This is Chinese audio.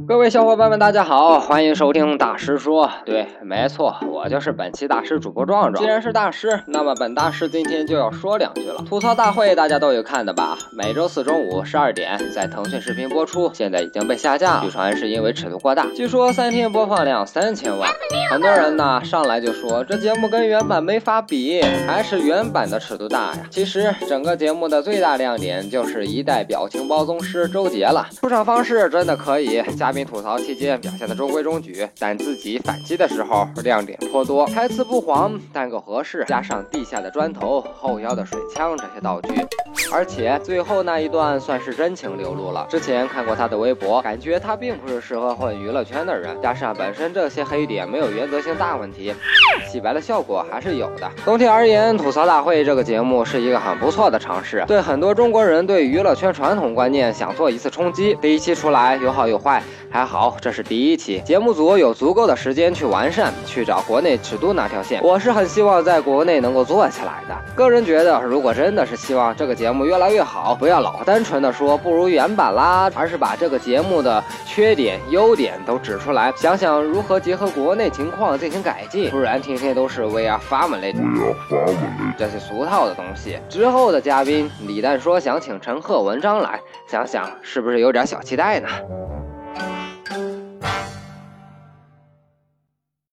各位小伙伴们，大家好，欢迎收听大师说。对，没错，我就是本期大师主播壮壮。既然是大师，那么本大师今天就要说两句了。吐槽大会大家都有看的吧？每周四中午12点在腾讯视频播出，现在已经被下架，据传是因为尺度过大，据说3天播放量3000万。很多人呢上来就说这节目跟原版没法比，还是原版的尺度大呀。其实整个节目的最大亮点就是一代表情包宗师周杰了，出场方式真的可以，嘉宾吐槽期间表现的中规中矩，但自己反击的时候亮点颇多，台词不黄但够合适，加上地下的砖头、后腰的水枪这些道具，而且最后那一段算是真情流露了。之前看过他的微博，感觉他并不是适合混娱乐圈的人，加上本身这些黑点没有原则性大问题，洗白的效果还是有的。总体而言，吐槽大会这个节目是一个很不错的尝试，对很多中国人对娱乐圈传统观念想做一次冲击。第一期出来有好有坏，还好这是第一期，节目组有足够的时间去完善，去找国内尺度那条线。我是很希望在国内能够做起来的。个人觉得，如果真的是希望这个节目越来越好，不要老单纯的说不如原版啦，而是把这个节目的缺点、优点都指出来，想想如何结合国内情况进行改进，不然天天都是 We are family 这些俗套的东西。之后的嘉宾李诞说想请陈赫文章来，想想是不是有点小期待呢？